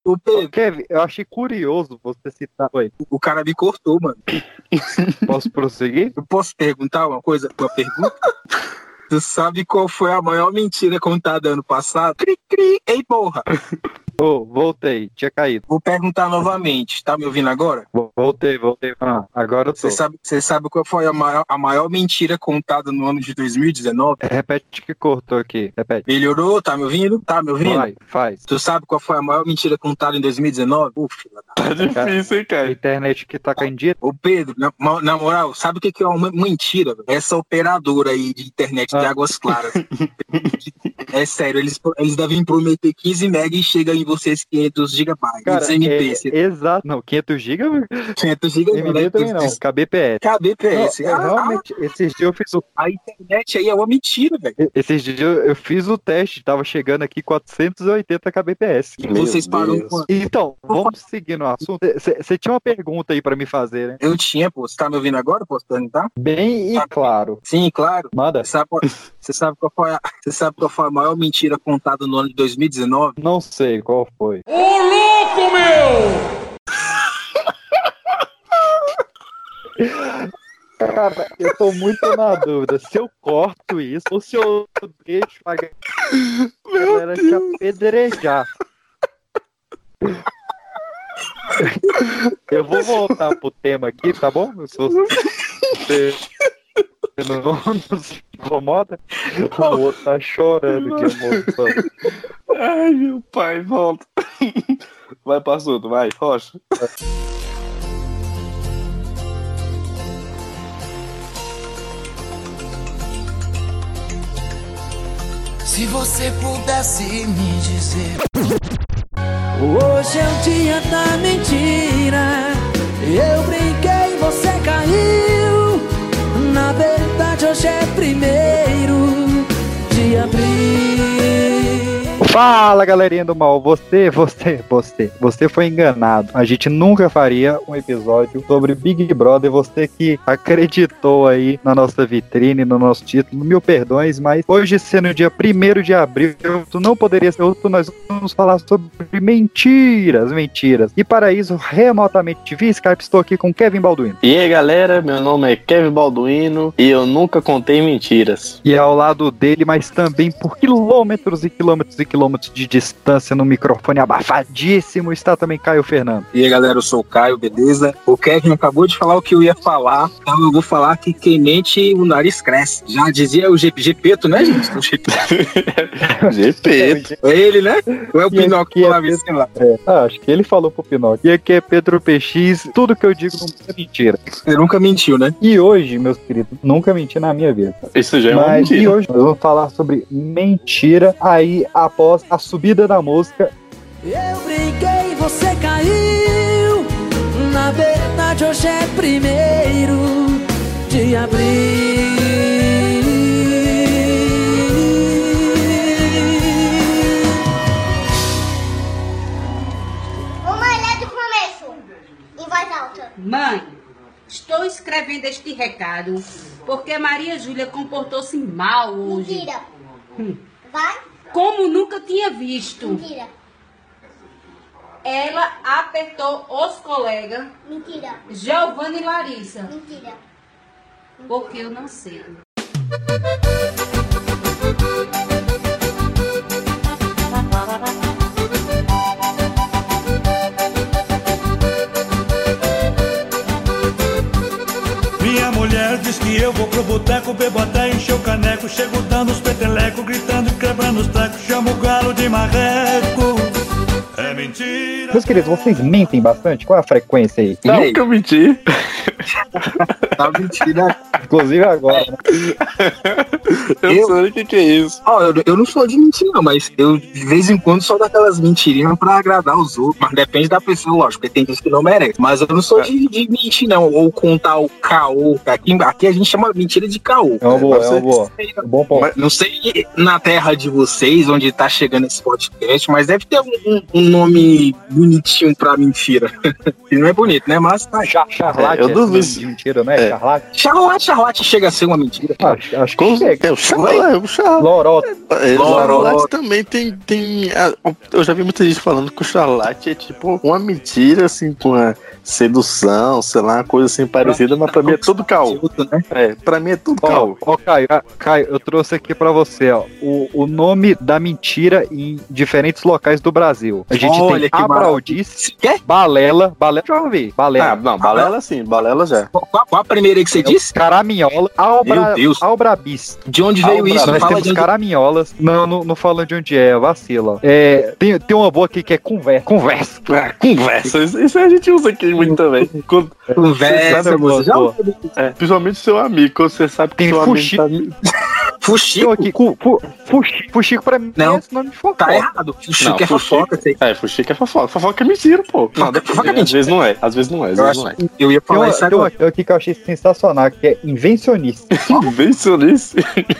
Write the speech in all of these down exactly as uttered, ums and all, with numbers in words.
Ô, Pedro, Kevin, eu achei curioso você citar. Oi, o cara me cortou, mano. posso prosseguir? Eu posso perguntar uma coisa? Uma pergunta? Tu sabe qual foi a maior mentira contada ano passado? Cri, cri. Ei, porra! Oh, voltei, tinha caído. Vou perguntar novamente. Tá me ouvindo agora? Voltei, voltei. Ah, agora eu tô. Você sabe, você sabe qual foi a maior, a maior mentira contada no ano de dois mil e dezenove? Repete que cortou aqui, repete. Melhorou? Tá me ouvindo? Tá me ouvindo? Vai, faz. Tu sabe qual foi a maior mentira contada em dois mil e dezenove? Uf, filha da... Tá difícil, hein, A cara? internet que tá caindo dia. Ô Pedro, na, na moral, sabe o que que é uma mentira? Velho? Essa operadora aí de internet de Ah. Águas Claras. É sério, eles, eles devem prometer quinze mega e chega em vocês quinhentos gigabytes. Cara, M é, P, se- exato. Não, quinhentos gigas? quinhentos gigabytes. M D também não. K B P S. K B P S. Não, eu Ah, realmente, esses dias eu fiz o, a internet aí é uma mentira, velho. esses dias eu eu fiz o teste, tava chegando aqui quatrocentos e oitenta kbps. Meu Vocês param Deus. com... Então, vamos seguir no assunto. Você tinha uma pergunta aí pra me fazer, né? Eu tinha, pô. Você tá me ouvindo agora? Posso perguntar? Bem e claro. Sim, claro. Manda. Você sabe, qual- você sabe qual foi a, você sabe qual foi a maior mentira contada no ano de dois mil e dezenove? Não sei qual foi. Cara, eu tô muito na dúvida se eu corto isso ou se eu deixo pra galera te apedrejar. Eu vou voltar pro tema aqui, tá bom? Se você não, não se incomoda, o outro tá chorando de emoção. Ai, meu pai, volta. Vai pra assunto, vai, Rocha. Se você pudesse me dizer, hoje é o dia da mentira. Eu brinquei, você caiu. Na verdade hoje é primeiro de abril. Fala, galerinha do mal, você, você, você, você foi enganado. A gente nunca faria um episódio sobre Big Brother, você que acreditou aí na nossa vitrine, no nosso título, mil perdões, mas hoje sendo o dia primeiro de abril, tu não poderia ser outro, nós vamos falar sobre mentiras, mentiras. E para isso, remotamente via Skype, estou aqui com Kevin Balduino. E aí, galera, meu nome é Kevin Balduino e eu nunca contei mentiras. E ao lado dele, mas também por quilômetros e quilômetros e quilômetros de distância no microfone abafadíssimo, está também Caio Fernando. E aí, galera, eu sou o Caio, beleza? O Kevin acabou de falar o que eu ia falar, então eu vou falar que quem mente, o nariz cresce. Já dizia o G- Gepeto, né, gente? O Gepeto. G P. É ele, né? Ou é o E Pinóquio aqui que é falava isso lá? É, ah, acho que ele falou pro Pinóquio. E aqui é Pedro P X, tudo que eu digo não é mentira. Ele nunca mentiu, né? E hoje, meus queridos, nunca menti na minha vida. Isso já é uma Mas e mentira. hoje nós vamos falar sobre mentira aí após a subida da música. Eu brinquei, você caiu. Na verdade hoje é primeiro de abril. Mamãe, lê do começo, em voz alta. Mãe, estou escrevendo este recado porque Maria Júlia comportou-se mal hoje. Mentira. Hum. Vai? Como nunca tinha visto. Mentira. Ela apertou os colegas Mentira. Giovanna e Larissa. Mentira. Porque eu não sei. Minha mulher diz que eu vou pro boteco, bebo até encher o caneco, chego dando os petelecos, gritando e quebrando os tecos, chamo o galo de marreco. É mentira. Meus queridos, vocês mentem bastante? Qual é a frequência aí? Nunca menti. Tá mentira. Inclusive agora, né? Eu, Eu- sei o que, que é isso. Ó, eu, eu não sou de mentir, não, mas eu de vez em quando sou daquelas mentirinhas pra agradar os outros. Mas depende da pessoa, lógico, porque tem gente que não merece. Mas eu não sou de, de mentir, não. Ou contar o caô. Aqui, aqui a gente chama mentira de caô. É uma boa, é Não uma sei- boa. Bom ponto. Mas não sei na terra de vocês, onde tá chegando esse podcast, mas deve ter um, um- um nome nome bonitinho pra mentira. Não é bonito, né? Mas tá. Char Charlate, É, eu é duvido. esse nome de mentira, né? É. Charlate. Charlate, Charlate chega a ser uma mentira. Acho, acho que Com- chega. É o Charlate. O Charlate. Lorota. É, o Lorota. Charlate também tem. tem a- eu já vi muita gente falando que o Charlate é tipo uma mentira, assim, com a sedução, sei lá, uma coisa assim parecida, mas pra mim é tudo caô. Né? É, pra mim é tudo Ó, caô. ó, Caio, ah, Caio, eu trouxe aqui pra você, ó, o, o nome da mentira em diferentes locais do Brasil. A gente Olha tem que Abraldice, Quer? Balela, Balela, já ouvi, Ah, Balela, não, balela sim, balela já. Qual, qual a primeira aí que você disse? Caraminhola, Albra, Meu Deus. Albrabis. De onde veio Albra- isso? Nós Fala temos de onde... caraminholas, não, não, não fala de onde é, vacila. É, tem, tem uma boa aqui que é conversa, conversa. Ah, conversa, isso, isso a gente usa aqui muito também. Quando- Conversa, Sabe, moça. Já boa. é, principalmente seu amigo, quando você sabe que Tem seu fuxi- amigo tá... Tem Fuxico aqui, fu, fu, fuxico, fuxico pra mim Não. é esse nome de fofoca. tá errado. Fuxico Não, é fofoca. sei. É, fuxico é fofoca. Fofoca é mentira, pô. Não, depende, Fofoca é às mentira. vezes não é, às vezes não é, às Eu, vezes acho, não é. eu ia Tem falar uma, isso tem uma agora. aqui que eu achei sensacional, que é invencionista. Invencionice.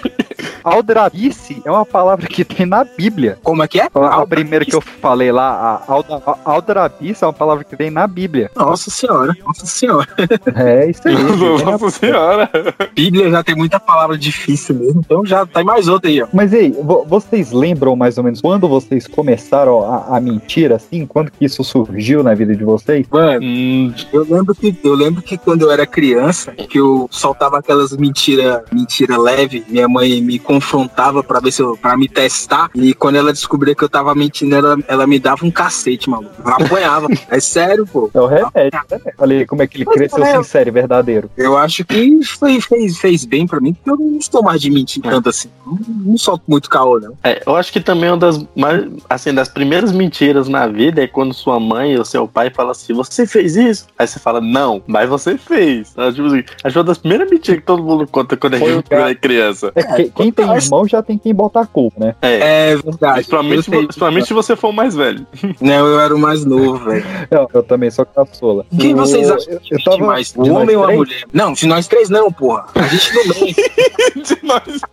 Aldrabice é uma palavra que tem na Bíblia. Como é que é? A, a primeira que eu falei lá, a alda- a aldrabice é uma palavra que tem na Bíblia. Nossa senhora, nossa senhora. É isso aí. Nossa senhora. Bíblia já tem muita palavra difícil mesmo, então já tem mais outra aí, ó. Mas aí, vo- vocês lembram mais ou menos quando vocês começaram a, a mentir assim? Quando que isso surgiu na vida de vocês? Mano, Hum, eu lembro que eu lembro que quando eu era criança, que eu soltava aquelas mentira, mentira leve, minha mãe me confrontava pra ver se eu, para me testar, e quando ela descobria que eu tava mentindo, ela, ela me dava um cacete, maluco. Eu apanhava. É sério, pô. É o remédio, né? Olha aí como é que ele Mas cresceu é- sincero e verdadeiro. Eu acho que foi, fez, fez bem pra mim, porque eu não estou mais de mentir tanto assim. Não, não solto muito caô, não. é, eu acho que também uma das mais, assim, das primeiras mentiras na vida é quando sua mãe ou seu pai fala assim, você fez isso? Aí você fala, não, mas você fez. Então, tipo assim, acho uma das primeiras mentiras que todo mundo conta quando a Foi o gente é criança. É, que- quem tem acontece. irmão já tem quem botar a culpa, né? É, É verdade. principalmente, Eu sei. principalmente se você for o mais velho. Não, eu era o mais novo, velho. Eu, eu também sou caçula. Quem O- vocês acham eu, que eu mente tava, mais? de O nós homem ou a três? mulher? Não, de nós três não, porra. A gente não mente. De nós.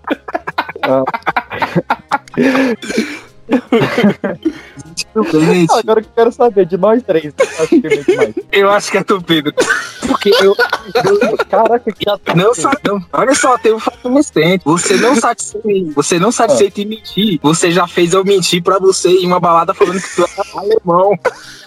não mente. Agora que eu quero saber, de nós três, eu acho que mente mais. Eu acho que é tu, Pedro. Porque eu, Caraca, que já Não, sa- não, olha só, tem um fato recente. Você não satisfeito, você não satisfeito em mentir. Você já fez eu mentir pra você em uma balada falando que tu era alemão.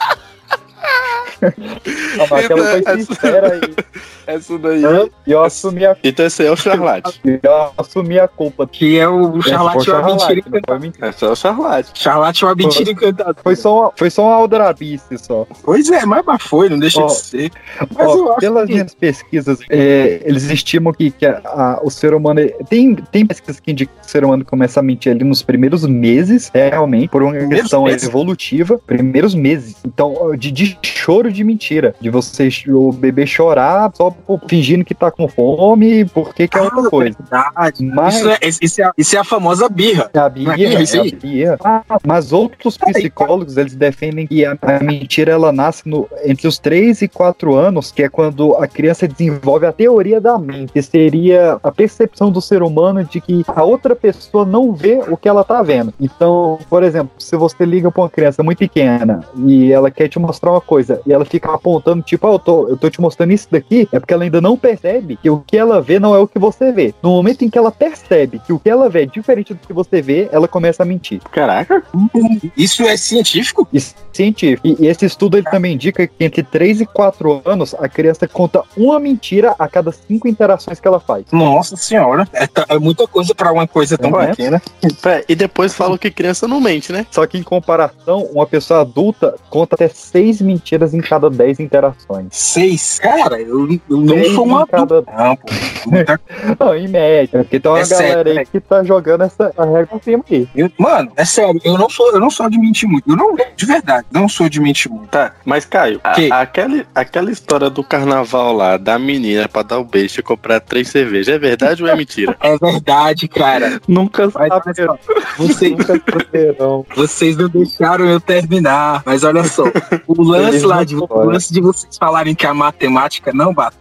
Ah, mas aquela foi Essa- sincera aí. Essa daí. E eu assumi a, Então esse aí é o Charlate. eu assumi a culpa. Que é o Charlate Essa ou a foi mentira Charlate, não encantada. foi mentira. Esse é o Charlate. Charlate ou a mentira encantada. Foi só uma, foi só uma aldrabice só. Pois é, mas, mas foi, não deixa Ó, de ser. Mas Ó, eu acho pelas que... minhas pesquisas, é, eles estimam que, que a- a- o ser humano. Tem, tem pesquisas que indicam que o ser humano começa a mentir ali nos primeiros meses, é, realmente, por uma Primeiros questão meses? evolutiva. Primeiros meses. Então, ó, de, de choro de mentira. De você, o bebê chorar só por- fingindo que tá com fome, porque que é outra Ah, coisa. verdade. Mas. Isso, é, isso, é, isso é a famosa birra. É a Não é birra, isso é a aí? birra. Ah, mas outros psicólogos, eles defendem que a, a mentira, ela nasce no, entre os três e quatro anos, que é quando a criança desenvolve a teoria da mente, que seria a percepção do ser humano de que a outra pessoa não vê o que ela tá vendo. Então, por exemplo, se você liga pra uma criança muito pequena e ela quer te mostrar uma coisa e ela fica apontando, tipo, ah, eu tô, eu tô te mostrando isso daqui, é porque ela ainda não percebe que o que ela vê não é o que você vê. No momento em que ela percebe que o que ela vê é diferente do que você vê, ela começa a mentir. Caraca. Isso é científico? Isso é científico. E, e esse estudo ele também indica que entre três e quatro anos a criança conta uma mentira a cada cinco interações que ela faz. Nossa senhora. É, ta- é muita coisa pra uma coisa tão Não é? pequena. Pé, E depois falam que criança não mente, né? Só que em comparação, uma pessoa adulta conta até seis mentiras em cada dez interações. Seis? Cara, eu, eu não Seis sou um em adulto. cada... Não, pô. Muita Não, em média. Porque tem uma É sério, galera aí né? que tá jogando essa a regra acima aí. Eu- mano, é sério, eu não sou, eu não sou de mentir muito. Eu não, de verdade, não sou de mentir muito. Tá, mas Caio, a- Que? aquela, aquela história do carnaval lá, da menina pra dar o beijo e comprar três cervejas, é verdade ou é mentira? É verdade, cara. Nunca Mas, olha saberão. só, vocês, Nunca saberão. vocês não deixaram eu terminar. Mas olha só, o lance Eles lá não de, o podem. lance de vocês falarem que a matemática não bateu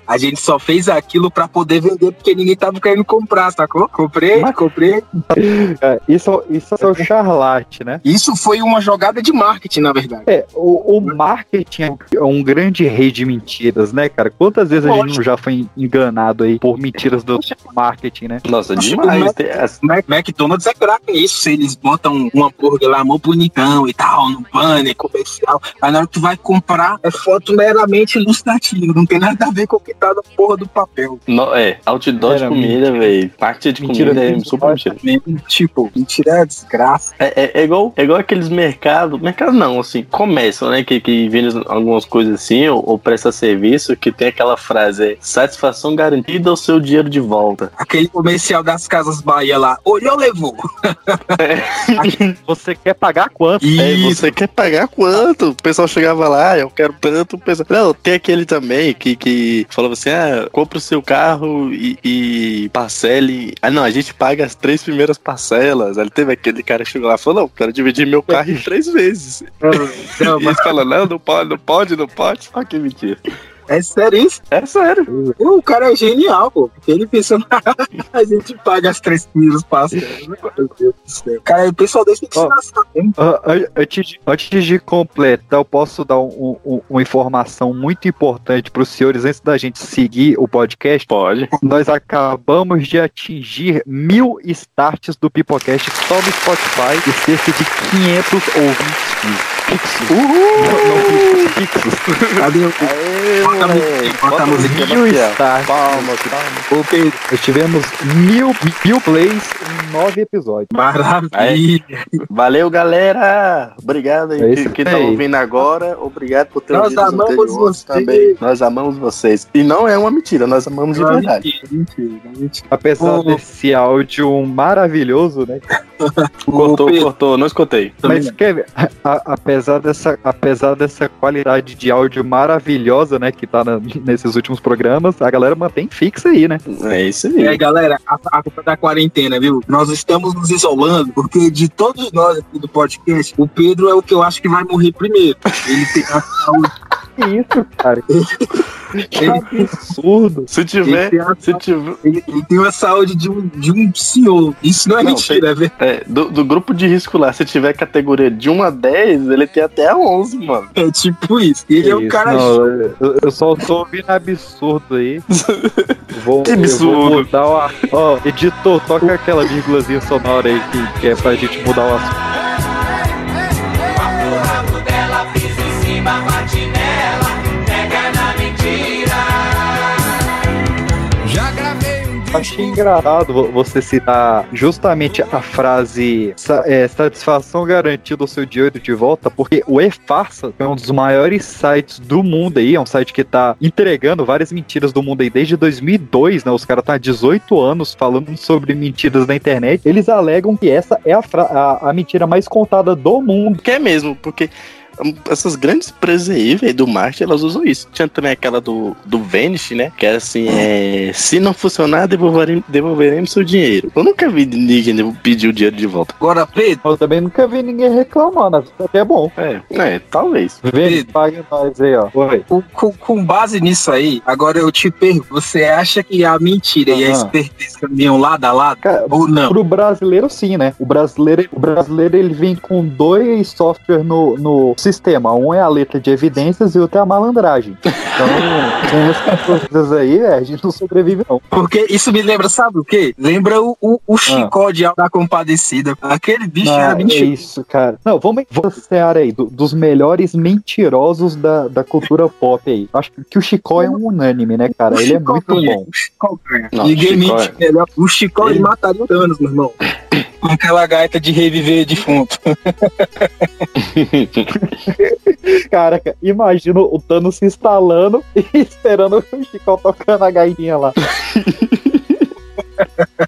A gente só fez aquilo pra poder vender, porque ninguém tava querendo comprar, sacou? Comprei, Mas... comprei. É, isso, isso é o charlate, né? Isso foi uma jogada de marketing, na verdade. É, o, o marketing é um grande rei de mentiras, né, cara? Quantas vezes a gente não já foi enganado aí por mentiras do marketing, né? Nossa, demais. O Mac, McDonald's é craque nisso. Eles botam um hambúrguer lá, mó bonitão e tal, no banner comercial. Aí na hora que tu vai comprar, é foto meramente ilustrativa. Não tem nada a ver com o que tá na porra do papel. No, é, outdoor de comida, velho. Parte de Mentira, comida é super mentira. Tipo, mentira é desgraça. É, é, é, igual, é igual aqueles mercados, mercado não, assim, começam, né, que, que vendem algumas coisas assim, ou, ou presta serviço, que tem aquela frase, é, satisfação garantida ou seu dinheiro de volta. Aquele comercial das Casas Bahia lá, olhou, levou. É. Você quer pagar quanto? É, você quer pagar quanto? O pessoal chegava lá, eu quero tanto, o pessoal... Não, tem aquele também que, que falava assim, ah, compra o seu carro e, e parcele... Ah, não, a gente paga as três primeiras parcelas. Aí teve aquele cara que chegou lá e falou, não, quero dividir meu carro em três vezes. Não, não, e eles falam, não, não pode, não pode, não pode. Olha que mentira. É sério isso? É sério. O cara é genial, pô. Porque ele pensou, a gente paga as três primeiras parcelas. Meu Deus do céu. Cara, o pessoal desse tem que se lascar mesmo. Antes de, antes de completar, eu posso dar um, um, uma informação muito importante para os senhores antes da gente seguir o podcast? Pode. Nós acabamos de atingir mil starts do Pipocast só no Spotify e cerca de quinhentos ouvintes fixos. Uhul! Não, não fixos. Cadê o... Aê, Bota a música, bota a música. Mil starts. Palmas, palmas. Ô, Pedro. Nós tivemos mil, mil plays em nove episódios. Maravilha. Valeu, galera. Obrigado aí É que, isso que tá aí. ouvindo agora. Obrigado por ter Nós ouvido os amamos anteriores vocês. também. Nós amamos vocês. E não é uma mentira, nós amamos de verdade. Mentira, mentira. Apesar Ô. desse áudio maravilhoso, né? Cortou, Ô, Pedro, cortou, não escutei. Mas, Kevin, a- apesar, dessa, apesar dessa qualidade de áudio maravilhosa, né, que tá na- nesses últimos programas, a galera mantém fixa aí, né? É isso E aí, aí. galera, a, a culpa da quarentena, viu? Nós estamos nos isolando, porque de todos nós aqui do podcast, o Pedro é o que eu acho que vai morrer primeiro. Ele tem a saúde. Que isso, cara? Que absurdo. Se Ele tiver, tem, a, se tiver, ele, ele tem a saúde de um, de um senhor. Isso não é Não, mentira, é verdade. é, do, do grupo de risco lá, se tiver categoria de um a dez, ele tem até a onze, mano. É tipo isso. Ele é um Isso, cara. não, eu, eu só tô ouvindo absurdo aí. Vou, Que eu absurdo. vou mudar o assunto. Ó, editor, toca aquela vírgulazinha sonora aí que, que é pra gente mudar o assunto. Achei engraçado vo- você citar justamente a frase sa- é, satisfação garantida ao seu dinheiro de volta, porque o E-Farsa é um dos maiores sites do mundo aí, é um site que tá entregando várias mentiras do mundo aí desde dois mil e dois, né? Os caras estão há dezoito anos falando sobre mentiras na internet. Eles alegam que essa é a, fra- a, a mentira mais contada do mundo. Que é mesmo, porque hum, essas grandes empresas aí, velho, do marketing, elas usam isso. Tinha também aquela do, do Vanish, né? Que era assim, é, se não funcionar, devolveremos, devolveremos seu dinheiro. Eu nunca vi ninguém pedir o dinheiro de volta. Agora, Pedro, Eu também nunca vi ninguém reclamando, até é bom. É, é, talvez. Vê, paga nós aí, ó. Oi. com, com- com base nisso aí, agora eu te pergunto: você acha que a mentira e a Aham. esperteza caminham lado a lado? Cara, Ou não? pro brasileiro, sim, né? O brasileiro, o brasileiro ele vem com dois softwares no, no sistema. Um é a letra de evidências e outro é a malandragem. Então, sem essas coisas aí, é, a gente não sobrevive, não. Porque isso me lembra, sabe o quê? Lembra o, o, o Chicó de Alta Compadecida. Aquele bicho Não, era é mentira. isso, cara. Não, vamos você aí, do- dos melhores mentirosos da, da cultura pop aí. Acho que o Chicó é um unânime, né, cara? Ele é Chicó muito ganha, bom. O Chicó ganha. Não, Ninguém o Chicó mente melhor. O Chicó ele mataria o Thanos, meu irmão. Com aquela gaita de reviver defunto. Caraca, imagina o Thanos se instalando e esperando o Chicó tocando a gaitinha lá.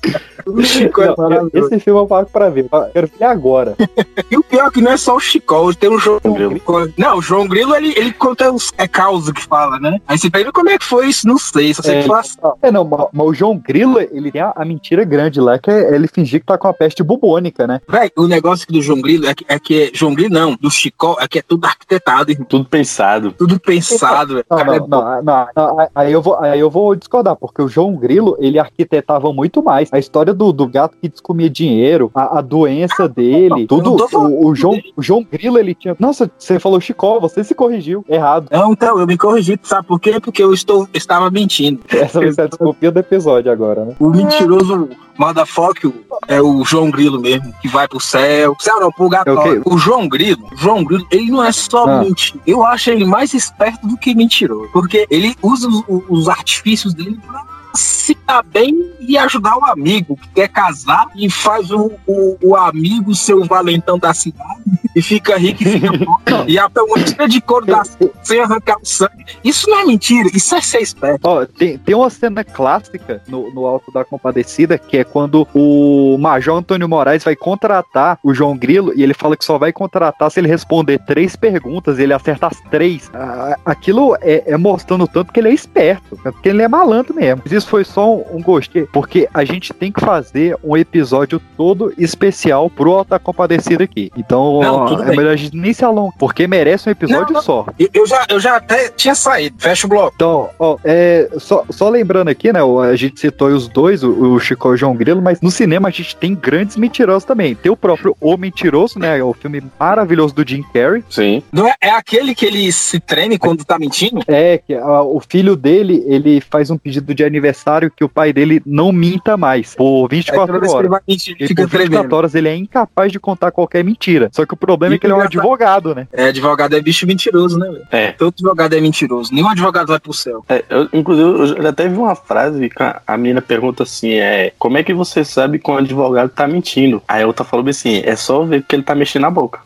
O Chico é maravilhoso. Esse filme eu pago pra ver. Eu quero ver agora. E o pior é que não é só o Chico, tem o João Grilo. Não, o João Grilo, ele, ele conta os é causa que fala, né? Aí você pergunta como é que foi isso, não sei, só sei É, que foi assim. é, não, mas, mas o João Grilo, ele tem a, a mentira grande lá, que é ele fingir que tá com a peste bubônica, né? Véi, o negócio do João Grilo é que, é que João Grilo não, do Chico, é que é tudo arquitetado, irmão. Tudo pensado. Tudo pensado, velho. Não, Cara, é não, não, não, não, aí, eu vou, aí eu vou discordar, porque o João Grilo, ele arquitetava muito mais. A história do, do gato que descomia dinheiro, a, a doença dele, tudo. O, o, João, o João Grilo, ele tinha... Nossa, você falou Chico, você se corrigiu. Errado. Não, então, eu me corrigi, sabe por quê? Porque eu estou, estava mentindo. Essa vai ser a desculpinha do episódio agora, né? O mentiroso motherfucker é o João Grilo mesmo, que vai pro céu. Céu não, pro gato. É o quê? O João Grilo, João Grilo, ele não é só Ah. mentir. Eu acho ele mais esperto do que mentiroso. Porque ele usa os, os artifícios dele pra se dar bem e ajudar o amigo que quer casar e faz o, o, o amigo ser o valentão da cidade e fica rico e fica pobre. E até uma tira de couro da sem arrancar o sangue. Isso não é mentira, isso é ser esperto. Ó, tem, tem uma cena clássica no, no Alto da Compadecida, que é quando o Major Antônio Moraes vai contratar o João Grilo e ele fala que só vai contratar se ele responder três perguntas e ele acerta as três. Ah, aquilo é, é mostrando tanto que ele é esperto, porque ele é malandro mesmo. Mas isso foi só um, um gostei, porque a gente tem que fazer um episódio todo especial pro Alto da Compadecida aqui. Então Não, tudo é bem. melhor a gente nem se alongar, porque merece um episódio Não, não. só. Eu, eu já, eu já até tinha saído, fecha o bloco. Então, ó, é, só, só lembrando aqui, né, o- a gente citou os dois, o, o Chico e o João Grilo, mas no cinema a gente tem grandes mentirosos também. Tem o próprio O Mentiroso, né, o filme maravilhoso do Jim Carrey. Sim. Não é, é aquele que ele se treme quando tá mentindo? É, que a- o filho dele, ele faz um pedido de aniversário que o pai dele não minta mais, por vinte e É toda quatro vez que ele horas. vai mentir, ele E fica por vinte e quatro tremendo. horas ele é incapaz de contar qualquer mentira. Só que o problema E é que ele é um engraçado- advogado, né? É, advogado é bicho mentiroso, né, velho? É. Todo advogado é mentiroso. Nenhum advogado vai pro céu. É, eu, inclusive, eu já até vi uma frase que a, a menina pergunta assim: é, como é que você sabe que um advogado tá mentindo? Aí a outra falou bem assim: é só ver que ele tá mexendo na boca.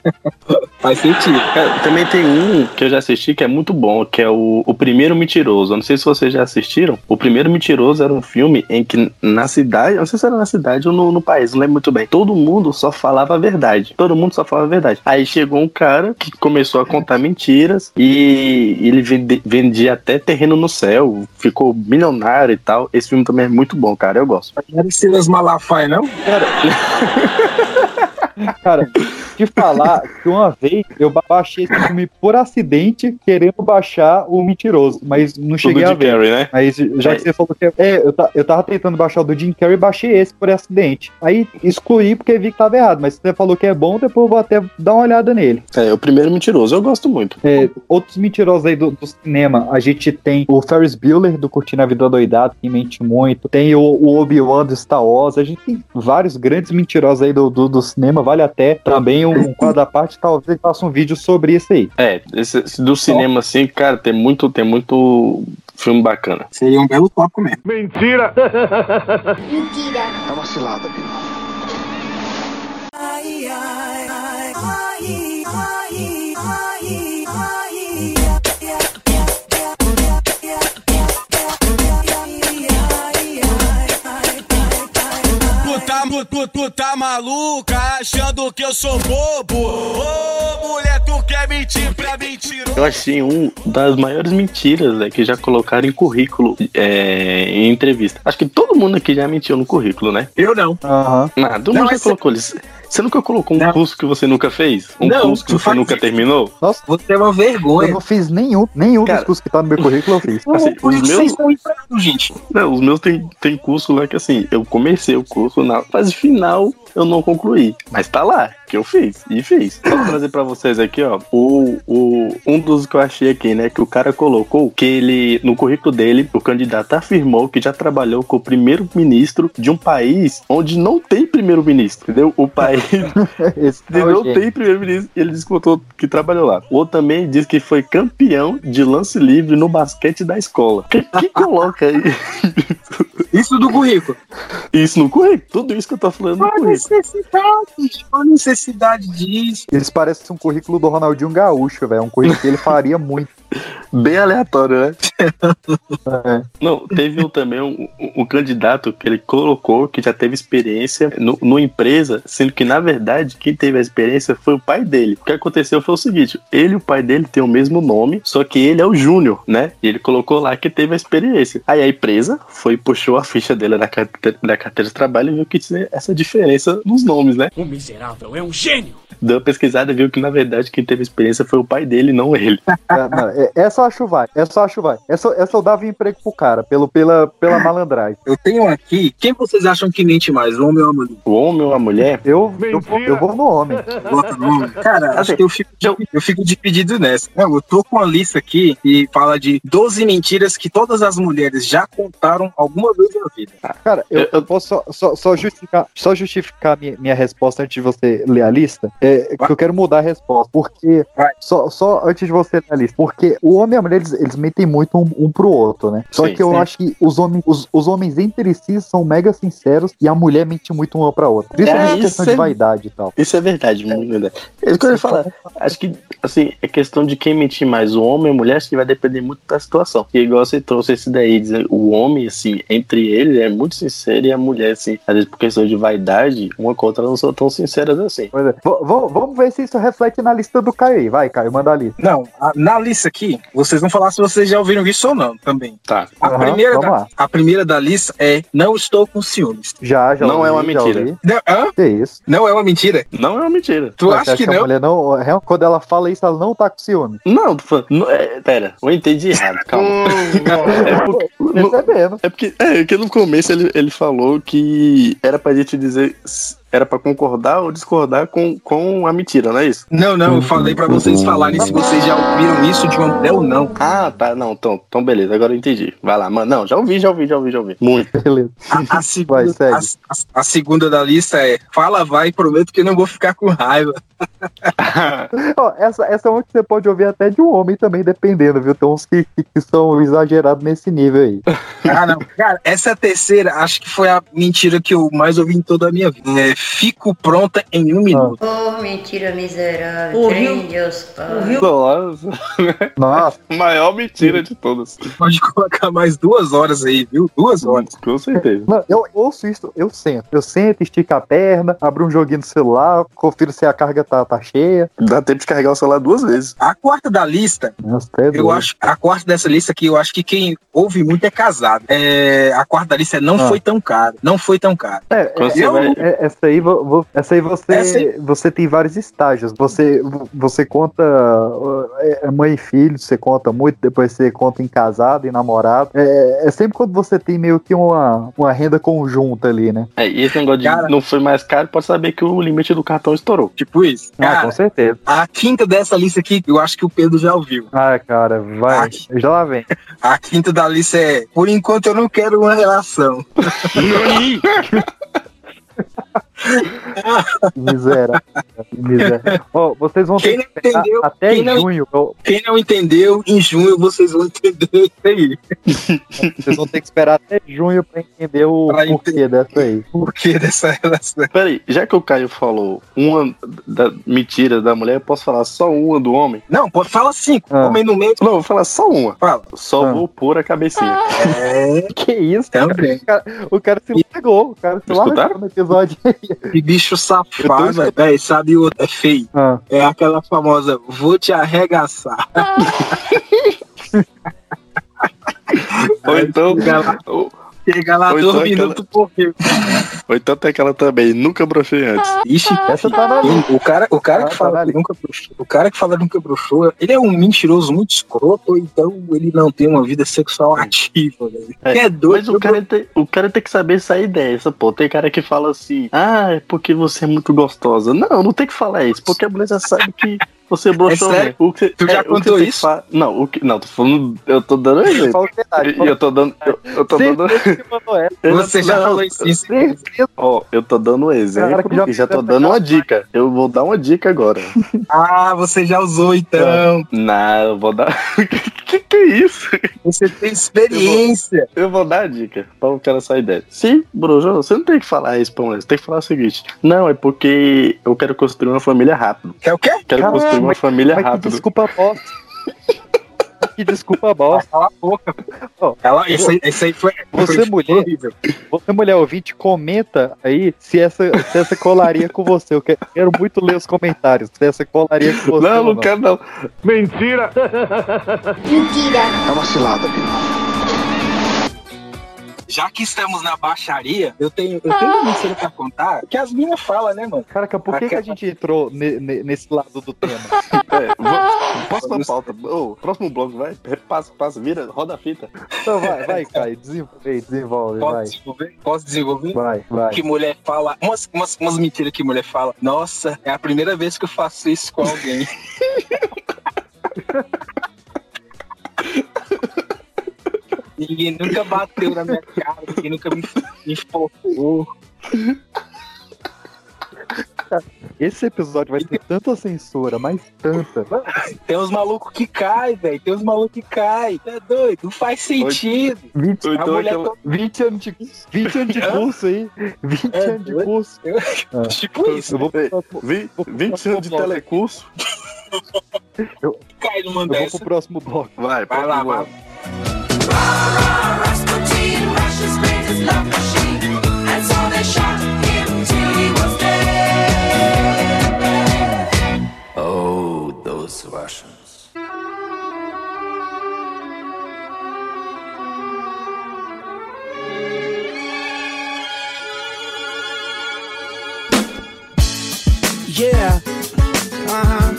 Faz sentido. Cara, também tem um que eu já assisti que é muito bom, que é o, o Primeiro Mentiroso. Eu não sei se vocês já assistiram. O Primeiro Mentiroso era um filme em que na cidade, eu não sei se era na cidade ou no, no país, não lembro muito bem. Todo mundo só falava a verdade. Todo mundo só falava a verdade. Aí chegou um cara que começou a contar mentiras e ele vende- vendia até terreno no céu, ficou milionário e tal. Esse filme também é muito bom, cara, eu gosto. Não era Silas Malafaia, não? Cara, te falar que uma vez eu ba- baixei esse filme por acidente, querendo baixar o Mentiroso, mas não cheguei Tudo a de ver. Carrey, né? Mas já É. que você falou que... É, eu, ta- eu tava tentando baixar o do Jim Carrey e baixei esse por acidente. Aí excluí porque vi que tava errado, mas você falou que é bom, depois eu vou até dar uma olhada nele. É, o Primeiro Mentiroso, eu gosto muito. É, outros mentirosos aí do, do cinema, a gente tem o Ferris Bueller, do Curtindo a Vida Doidado, que mente muito. Tem o, o Obi-Wan do Star Wars. A gente tem vários grandes mentirosos aí do, do, do cinema. Vale até também um, um quadro à parte, talvez faça um vídeo sobre isso aí. É, esse, esse do cinema, assim, cara, tem muito, tem muito filme bacana. Seria um belo tópico mesmo. Mentira! Mentira. Tá vacilada, Bino. Ai, ai, ai, ai, ai, ai, ai, Tu tá, tu, tu, tu tá maluca, achando que eu sou bobo? Ô, mulher, tu quer mentir pra mentiroso? Eu achei um das maiores mentiras, né, que já colocaram em currículo, é, em entrevista. Acho que todo mundo aqui já mentiu no currículo, né? Eu não. Aham. Ah, todo Não, mundo já esse- colocou isso. Você nunca colocou um Não. curso que você nunca fez? Um Não, curso que tu você faz nunca isso. terminou? Nossa, Você é uma eu vergonha. não fiz nenhum, nenhum Cara, dos cursos que tá no meu currículo, eu fiz. assim, Por os isso meus- vocês estão empregados, gente. Não, os meus tem, tem curso lá que assim, eu comecei o curso, na fase final eu não concluí. Mas tá lá, que eu fiz, e fiz. Só pra trazer pra vocês aqui, ó, o, o, um dos que eu achei aqui, né, que o cara colocou, que ele, no currículo dele, o candidato afirmou que já trabalhou com o primeiro-ministro de um país onde não tem primeiro-ministro, entendeu? O país Esse ele é o não gênio. tem primeiro-ministro e ele descontou que trabalhou lá. O outro também diz que foi campeão de lance livre no basquete da escola. Que, que coloca aí Isso do currículo. isso no currículo? Tudo isso que eu tô falando no Qual a currículo. necessidade? Qual a necessidade disso? Eles parecem um currículo do Ronaldinho Gaúcho, velho. É um currículo que ele faria muito. Bem aleatório, né? É. Não, teve um, também um, um, um candidato que ele colocou que já teve experiência no, numa empresa, sendo que, na verdade, quem teve a experiência foi o pai dele. O que aconteceu foi o seguinte, ele e o pai dele têm o mesmo nome, só que ele é o Júnior, né? E ele colocou lá que teve a experiência. Aí a empresa foi, puxou a ficha dele na carteira, na carteira de trabalho e viu que tinha essa diferença nos nomes, né? O miserável é um gênio! Deu uma pesquisada e viu que, na verdade, quem teve experiência foi o pai dele, não ele. É, não, é- essa eu acho vai. Essa eu acho vai. Essa, essa eu dava emprego pro cara, pelo, pela, pela malandragem. Eu tenho aqui. Quem vocês acham que mente mais, o homem ou a mulher? O homem ou a mulher? Eu, eu, vou- eu vou no homem. Bota no homem. Cara, acho que eu fico, eu fico dividido nessa. Não, eu tô com a lista aqui e fala de doze mentiras que todas as mulheres já contaram alguma vez na vida. Cara, eu, Eu- eu posso só, só, só justificar, só justificar minha, minha resposta antes de você ler a lista. É que eu quero mudar a resposta. Porque. Vai. Só, só antes de você ler a lista. Porque o homem e a mulher, eles, eles mentem muito um, um pro outro, né? Só Sim, que eu sim. acho que os homens, os, os homens entre si são mega sinceros e a mulher mente muito uma pra outra. Principalmente É, questão isso de é- vaidade e tal. Isso é verdade, muito verdade. É isso que eu ia falar. Acho que, assim, é questão de quem mentir mais, o homem ou a mulher, acho que vai depender muito da situação. E igual você trouxe esse daí, dizer, o homem, assim, entre eles é muito sincero e a mulher, assim, às vezes por questão de vaidade, uma com a outra não são tão sinceras assim. Pois é. V- v- vamos ver se isso reflete na lista do Caio aí. Vai, Caio, manda a lista. Não, a- na lista aqui, vocês vão falar se vocês já ouviram isso ou não também. Tá. A, Aham, primeira, vamos da, lá. a primeira da lista é não estou com ciúmes. Já, já Não ouvi, é uma já mentira. ouvi. Não, hã? Que isso? Não é uma mentira? Não é uma mentira. Tu Você acha que a não? mulher não, real- quando ela fala isso, ela não tá com ciúme. Não, tô falando. Não, é, pera, eu entendi errado, calma. é, porque, no, Percebendo. é porque, é porque no começo ele, ele falou que era pra gente dizer. Era pra concordar ou discordar com, com a mentira, não é isso? Não, não, eu falei pra vocês falarem se vocês já ouviram isso de uma mulher ou não. Ah, tá, não, então, então beleza, agora eu entendi. Vai lá, mano. Não, já ouvi, já ouvi, já ouvi, já ouvi. Muito. Beleza. A, a segunda, Vai, segue. a, a- a segunda da lista é fala, vai, prometo que não vou ficar com raiva. Ó, essa, essa é uma que você pode ouvir até de um homem também, dependendo, viu? Tem uns que, que, que são exagerados nesse nível aí. Ah, não. Cara, essa terceira, acho que foi a mentira que eu mais ouvi em toda a minha vida. É, fico pronta em um minuto. Oh, mentira miserável. Ouviu? Trem Deus Pai. Ouviu? Nossa, Nossa, maior mentira de todas. Pode colocar mais duas horas aí, viu? Duas horas. Com certeza. não, eu ouço isso, eu sento. Eu sento, estico a perna, abro um joguinho no celular, confiro se a carga tá, tá cheia. Dá tempo de carregar o celular duas vezes. A quarta da lista, Nossa, até eu doido. acho, a quarta dessa lista aqui, eu acho que quem ouve muito é casado. É, a quarta da lista é não Ah. foi tão caro. Não foi tão caro. É, Quando é, você eu- vai- é, essa aí, vo- vo- essa aí você, Essa aí- você tem vários estágios. Você, você conta uh, é, mãe e filho, você conta muito, depois você conta em casado e namorado. É, é sempre quando você tem meio que uma, uma renda conjunta ali, né? É, e esse negócio de Cara- não foi mais caro, pode saber que o limite do cartão estourou. Tipo isso. Ah, Cara, com certeza. a quinta dessa lista aqui, eu acho que o Pedro já ouviu. Ah, cara, vai. Ai. Já lá vem. A quinta da lista é por enquanto eu não quero uma relação. Miséria. Miséria. Ó, vocês vão Quem ter não que esperar entendeu, até quem não- junho. eu- Quem não entendeu, em junho vocês vão entender isso aí. Vocês vão ter que esperar até junho pra entender o Pra porquê dessa aí. Por que dessa relação? Peraí, já que o Caio falou uma da mentira da mulher, eu posso falar só uma do homem? Não, pode falar cinco. Ah. Homem no meio, Não, eu vou falar só uma. fala. Só Ah. vou pôr a cabecinha. É, Que isso, cara? também. O cara, o cara se largou. O cara se Escutaram? largou no episódio. Que bicho Eu safado, tô velho. Sabe o outro? É feio. Ah, É aquela famosa, vou te arregaçar. Ou então, Chega lá, ou, chega lá Ou dois então minutos por quê? ou então tem aquela também, nunca brochei antes. Ixi, essa tá na lista. o cara, o cara Ah, que tá fala na que lista. nunca broxou, o cara que fala que nunca broxou, ele é um mentiroso muito escroto, ou então ele não tem uma vida sexual ativa, velho. É, Que é Mas doido. o cara, tem, o cara tem que saber sair dessa, pô. Tem cara que fala assim, ah, é porque você é muito gostosa. Não, não tem que falar isso, porque a mulher já sabe que você broxou, É sério? né? O que, Tu já o que contou tem que isso? fa- Não, o que, não, tô falando, eu tô dando um exemplo. Fala a verdade. E eu tô dando, eu, eu tô dando, Certeza que mandou essa. eu Você já não, falou isso, isso. Certeza. Ó, eu tô dando um exemplo Cara que já e já tô fez dando essa uma dica. Eu vou dar uma dica agora. Ah, você já usou então. Não, eu vou dar. que que é isso? Você tem experiência. Eu vou dar a dica pra o cara sair dessa. Se, Bruno, você não tem que falar isso pra mulher. Você tem que falar o seguinte: não, é porque eu quero construir uma família rápido. Quer o quê? Quero Caramba, construir uma família Mas que rápido. desculpa bosta. Que que desculpa bosta. Cala a boca. Ó, Ela, isso, aí, isso aí foi. Você, foi mulher, horrível. você, mulher ouvinte, comenta aí se essa, se essa colaria com você. Eu quero muito ler os comentários. Se essa colaria com você. Não, ou não quero não. Mentira! Mentira. É uma cilada, Bino. Já que estamos na baixaria, eu tenho, eu tenho uma mentira pra contar que as minhas falam, né, mano? Caraca, por que, que a gente entrou ne- ne- nesse lado do tema? É, vou, próxima pauta. Ô, próximo bloco, vai. Passa, passa, vira, roda a fita. Então vai, vai, Caio, desenvolve, desenvolve, Posso vai. desenvolver? Posso desenvolver? Vai, vai. Que mulher fala, umas, umas, umas mentiras que mulher fala. Nossa, é a primeira vez que eu faço isso com alguém. Ninguém nunca bateu na minha cara, ninguém nunca me, me enfocou. Esse episódio vai ter tanta censura, mas tanta. Tem uns malucos que caem, velho. Tem uns malucos que caem. Tá doido? Não faz sentido. vinte, A Então, mulher aquela- to- vinte anos de, vinte anos de curso aí. vinte É, anos de doido. curso. Ah. Tipo isso. Eu vou pro próximo, Vi- vinte anos de telecurso. Cai numa eu vou dessa. pro próximo bloco. Vai, Vai lá, próximo vai. bloco. Rasputin, Russia's greatest love machine, and so they shot him till he was dead. Oh, those Russians. Yeah. Uh-huh.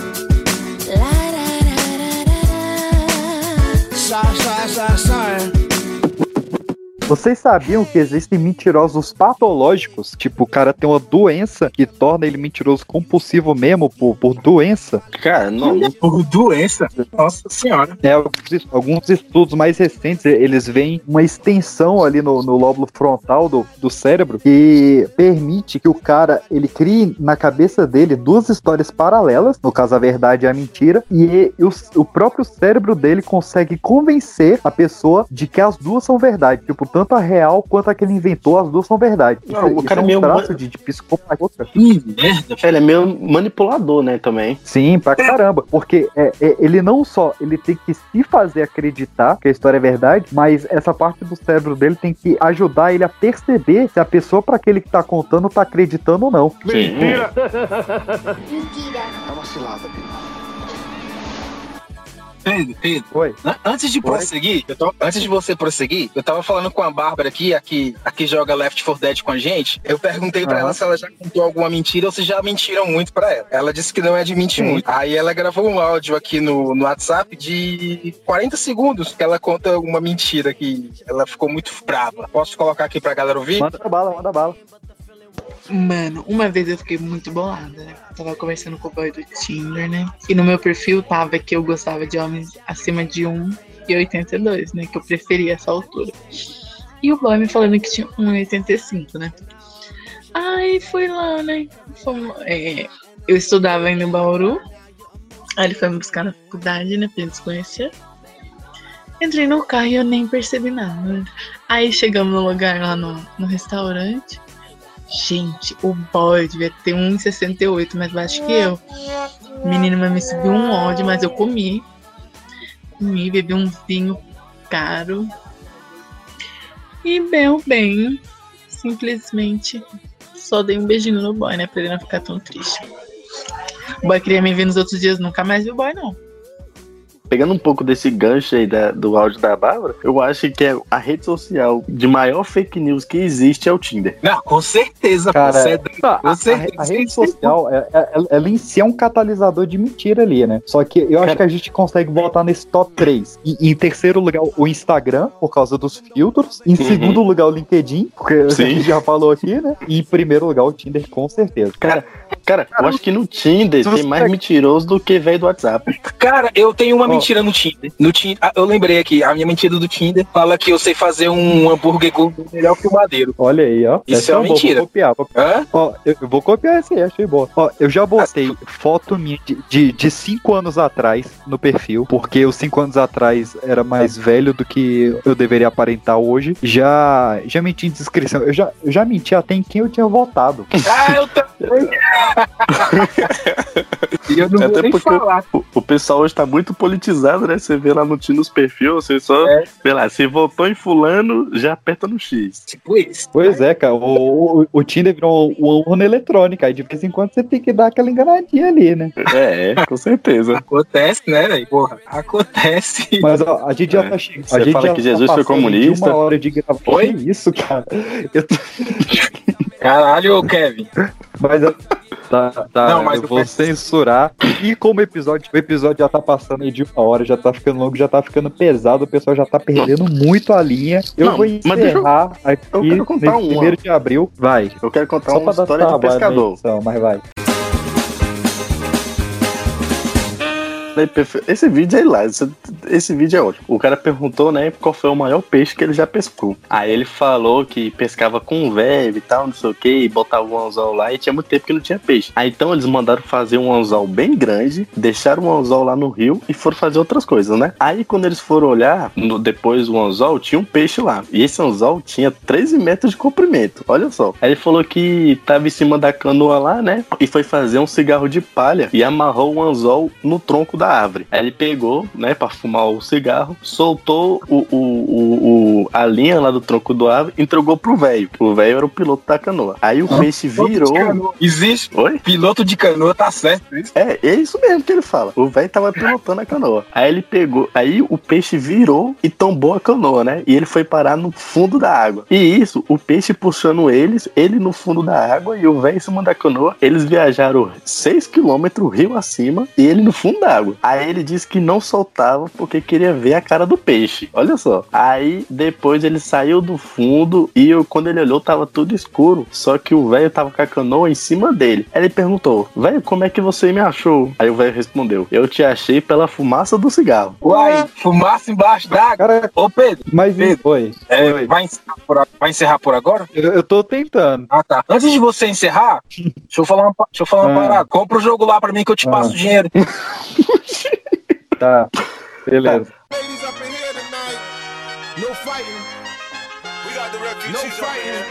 Sorry, sorry, sorry, sorry. Vocês sabiam que existem mentirosos patológicos? Tipo, o cara tem uma doença que torna ele mentiroso compulsivo mesmo por, por doença? Cara, não. Por doença. Nossa senhora. É, alguns, alguns estudos mais recentes, eles veem uma extensão ali no, no lóbulo frontal do, do cérebro que permite que o cara, ele crie na cabeça dele duas histórias paralelas, no caso a verdade e a mentira, e o, o próprio cérebro dele consegue convencer a pessoa de que as duas são verdade. Tipo, tanto a real quanto a que ele inventou, as duas são verdade. Não, Isso, o cara isso é um meio traço man- de, de psicopatia. Que merda. Ele é meio manipulador, né, também. Sim, pra caramba. Porque é, é, ele não só ele tem que se fazer acreditar que a história é verdade, mas essa parte do cérebro dele tem que ajudar ele a perceber se a pessoa pra aquele que tá contando tá acreditando ou não. Mentira! Mentira. É uma cilada, Bino. Pedro, Pedro. Oi. An- Antes de prosseguir, eu tô- antes de você prosseguir, eu tava falando com a Bárbara aqui, a que, a que joga Left four Dead com a gente. Eu perguntei pra Aham. ela se ela já contou alguma mentira ou se já mentiram muito pra ela. Ela disse que não é de mentir Sim. muito. Aí ela gravou um áudio aqui no, no WhatsApp de quarenta segundos que ela conta uma mentira que ela ficou muito brava. Posso colocar aqui pra galera ouvir? Manda bala, manda bala. Mano, uma vez eu fiquei muito bolada, né? Eu tava conversando com o boy do Tinder, né? E no meu perfil tava que eu gostava de homens acima de um e oitenta e dois, né? Que eu preferia essa altura. E o boy me falando que tinha um e oitenta e cinco, né? Aí fui lá, né? Fomos, é, eu estudava ainda em Bauru. Aí ele foi me buscar na faculdade, né? Pra gente se conhecer. Entrei no carro e eu nem percebi nada, né? Aí chegamos no lugar lá no, no restaurante. Gente, o boy devia ter um e sessenta e oito, mais baixo que eu. Menino, mas me subiu um ódio, mas eu comi. Comi, bebi um vinho caro. E bem, bem, simplesmente só dei um beijinho no boy, né? Pra ele não ficar tão triste. O boy queria me ver nos outros dias, nunca mais vi o boy, não. Pegando um pouco desse gancho aí da- do áudio da Bárbara, eu acho que é a rede social de maior fake news que existe é o Tinder. Não, com certeza. Cara, você é Não, a, a- Você- a rede social, é- é- ela em si é um catalisador de mentira ali, né? Só que eu acho que a gente consegue voltar nesse top três. E, em terceiro lugar, o Instagram, por causa dos filtros. Em Uhum. segundo lugar, o LinkedIn, porque a Sim. gente já falou aqui, né? E em primeiro lugar, o Tinder, com certeza. Cara, cara, eu acho que no Tinder Se tem você mais pega- mentiroso do que velho do WhatsApp. Cara, eu tenho uma Ó. mentira no Tinder. No Tinder, ah, eu lembrei aqui, a minha mentira do Tinder fala que eu sei fazer um hambúrguer gourmet melhor que o Madeiro. Olha aí, ó. Isso Essa é uma boa, mentira. Vou copiar. Vou... Hã? Ó, eu, eu vou copiar essa aí, achei boa. Ó, eu já botei foto minha de, de, de cinco anos atrás no perfil, porque os cinco anos atrás era mais velho do que eu deveria aparentar hoje. Já, já menti em descrição. Eu já, eu já menti até em quem eu tinha votado. Ah, eu também. E eu não vou Até nem porque falar. o, o pessoal hoje tá muito politizado automatizado, né? Você vê lá no, nos perfis, você só, É. sei lá, se votou em fulano, já aperta no X. Tipo isso. Pois é, cara, o, o, o Tinder virou uma urna eletrônica, aí de vez em quando você tem que dar aquela enganadinha ali, né? É, com certeza. Acontece, né, velho? Porra, acontece. Mas ó, a gente já É. tá chegando. Você a gente fala já que tá Jesus foi passando comunista? de uma hora de grava. Oi? Que isso, cara? Eu tô... Caralho, ô Kevin. Mas eu- tá, tá, Não, mas eu eu vou peço- censurar. E como o episódio, o episódio já tá passando aí de uma hora, já tá ficando longo, já tá ficando pesado, o pessoal já tá perdendo muito a linha. Eu Não, vou mas deixa eu- encerrar eu aqui quero contar nesse uma. primeiro de abril. Vai. Eu quero contar Só uma pra dar história de trabalho na pescador. edição, mas vai. Esse vídeo é hilário, esse, esse vídeo é ótimo. O cara perguntou, né, qual foi o maior peixe que ele já pescou. Aí ele falou que pescava com um velho e tal, não sei o que, e botava um anzol lá e tinha muito tempo que não tinha peixe. Aí então eles mandaram fazer um anzol bem grande, deixaram o anzol lá no rio e foram fazer outras coisas, né? Aí quando eles foram olhar, no, depois do anzol, tinha um peixe lá. E esse anzol tinha treze metros de comprimento, olha só. Aí ele falou que tava em cima da canoa lá, né, e foi fazer um cigarro de palha e amarrou o anzol no tronco da árvore. Aí ele pegou, né, pra fumar o cigarro, soltou o, o, o, o- a linha lá do tronco do árvore e entregou pro velho. O velho era o piloto da canoa. Aí o peixe virou. Existe. Oi? Piloto de canoa, tá certo isso? É, é isso mesmo que ele fala. O velho tava pilotando a canoa. Aí ele pegou, aí o peixe virou e tombou a canoa, né? E ele foi parar no fundo da água. E isso, o peixe puxando eles, ele no fundo da água e o velho em cima da canoa. Eles viajaram seis quilômetros rio acima e ele no fundo da água. Aí ele disse que não soltava porque queria ver a cara do peixe. Olha só. Aí depois ele saiu do fundo e eu, quando ele olhou tava tudo escuro. Só que o velho tava com a canoa em cima dele. Aí ele perguntou: velho, como é que você me achou? Aí o velho respondeu: eu te achei pela fumaça do cigarro. Uai, fumaça embaixo d'água. Cara, Ô Pedro, mas Pedro, foi. é, vai, encerrar por, a- vai encerrar por agora? Eu, eu tô tentando. Ah, tá. Antes de você encerrar, deixa eu falar uma, pa- deixa eu falar uma Ah. parada. Compra o jogo lá pra mim que eu te Ah. passo o dinheiro. Tá. Beleza. Ladies up in here tonight. No fighting. We got the refugees no fighting.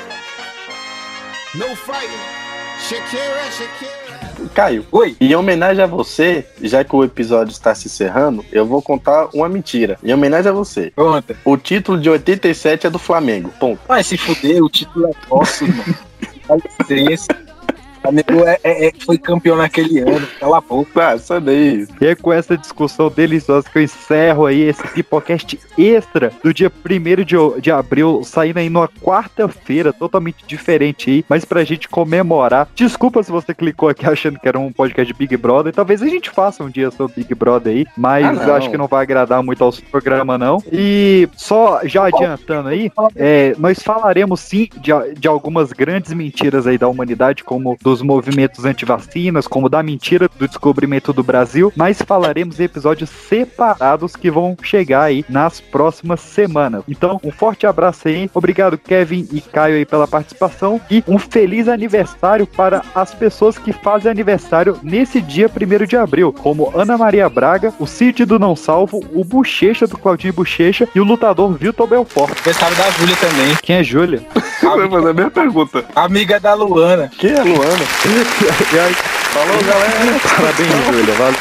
No fighting. Shakira, Shakira. Caio, Oi. em homenagem a você, já que o episódio está se encerrando, eu vou contar uma mentira. Em homenagem a você. Conta. O título de oitenta e sete é do Flamengo. Ponto. Vai se fuder, o título é nosso, mano. Dá licença. O Flamengo é, é- é- foi campeão naquele ano. Cala a boca. Ah, sai daí. E é com essa discussão deliciosa que eu encerro aí esse Pipocast extra do dia primeiro de, de abril, saindo aí numa quarta-feira, totalmente diferente aí, mas pra gente comemorar. Desculpa se você clicou aqui achando que era um podcast de Big Brother, talvez a gente faça um dia sobre Big Brother aí, mas Ah, não. eu acho que não vai agradar muito aos programas não. E só já adiantando aí, é, nós falaremos sim de, de algumas grandes mentiras aí da humanidade, como dos movimentos antivacinas, como da mentira do descobrimento do Brasil, mas falaremos em episódios separados que vão chegar aí nas próximas semanas. Então, um forte abraço aí, obrigado Kevin e Caio aí pela participação e um feliz aniversário para as pessoas que fazem aniversário nesse dia primeiro de abril, como Ana Maria Braga, o Cid do Não Salvo, o Bochecha do Claudinho Bochecha e o lutador Vitor Belfort. Aniversário da Júlia também. Quem é Júlia? Vai fazer a mesma pergunta. Amiga da Luana. Quem é Luana? E aí, Falou, galera. parabéns, Júlia. Valeu.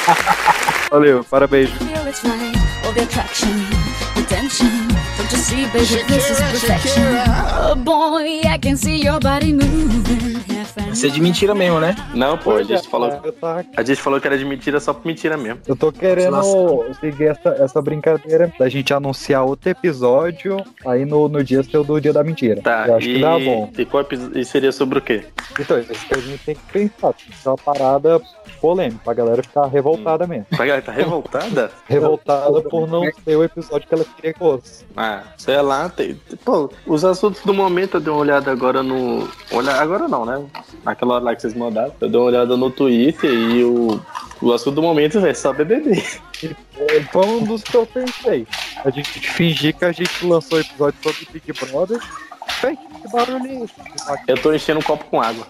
Valeu, parabéns. feel it's right, all the attraction, the tension. Don't you see, baby, this is perfection. Oh boy, I can see your body moving. half and Isso é de mentira mesmo, né? Não, pô, a gente falou. Eu, tava- A gente falou que era de mentira só por mentira mesmo. eu tô querendo seguir essa, essa brincadeira da gente anunciar outro episódio aí no, no dia seu do dia da mentira. Tá, Eu acho e, que dá bom. e qual epi- e seria sobre o quê? Então, isso que a gente tem que pensar. Tem que ser uma parada polêmica, pra galera ficar revoltada mesmo. A galera tá revoltada? Revoltada por não ser o episódio que ela queria que fosse. Ah, sei lá, tem. Pô, os assuntos do momento eu dei uma olhada agora no. Olha, agora não, né? Naquela hora lá que vocês mandaram. Eu dei uma olhada no Twitter e o. O assunto do momento é só B B B. Foi um dos que eu pensei. A gente fingir que a gente lançou episódio sobre Big Brother. Bem, que barulho é esse? Eu tô enchendo um copo com água.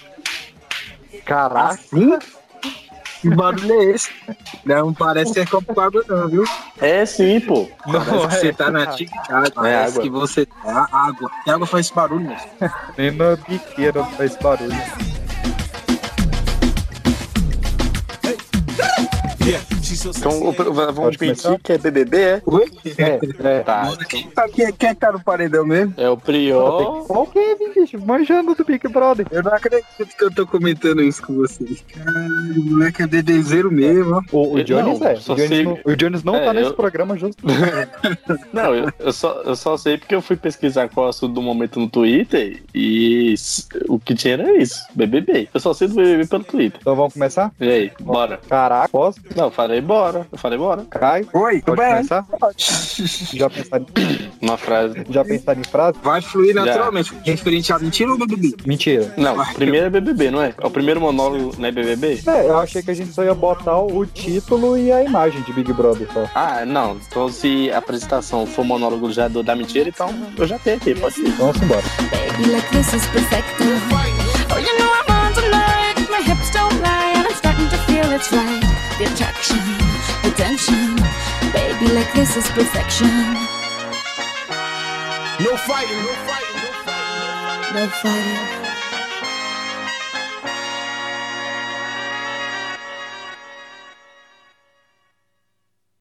Caraca. Sim? Que barulho é esse? Não parece ser copo com água, não, viu? É sim, pô. Parece que você tá na atividade. Parece água. que você tá água. E água faz esse barulho mesmo. Nem na biqueira faz barulho. Yeah, Então vamos Pode pedir começar? que é B B B, é? Oi? É, é. Tá. Quem, tá, quem, quem é que tá no paredão mesmo? É o Prior. Qual que é, bicho? Manjando do Big Brother. Eu não acredito que eu tô comentando isso com vocês. Caralho, o moleque é dedezeiro mesmo, ó. O, o Jones Não, é. só O Jones, sei- não, o Jones não É, tá nesse eu- programa justo. Não, eu, eu, só, eu só sei porque eu fui pesquisar qual é o assunto do momento no Twitter e s- o que tinha era isso, B B B. Eu só sei do B B B pelo Twitter. Então vamos começar? E aí, bora. Caraca, posso? Não, eu falei bora. Eu falei bora. Caio? Oi, tudo Pode bem? começar? Já pensaram, Uma frase. já pensaram em frase? Vai fluir Já. naturalmente. Referente a mentira ou B B B? Mentira. Não, primeiro é B B B, não é? É o primeiro monólogo, não é B B B? É, eu achei que a gente só ia botar o título e a imagem de Big Brother só. Ah, não. Então se a apresentação for monólogo já do, da mentira, então eu já tenho aqui, pode ir. Vamos embora. Baby, like this is perfect. Oh, you know I'm on tonight. My hips don't lie, and I'm starting to feel it's right. The attraction, the tension. Baby, like this is perfection. No fighting, no fighting, no fighting. No fighting.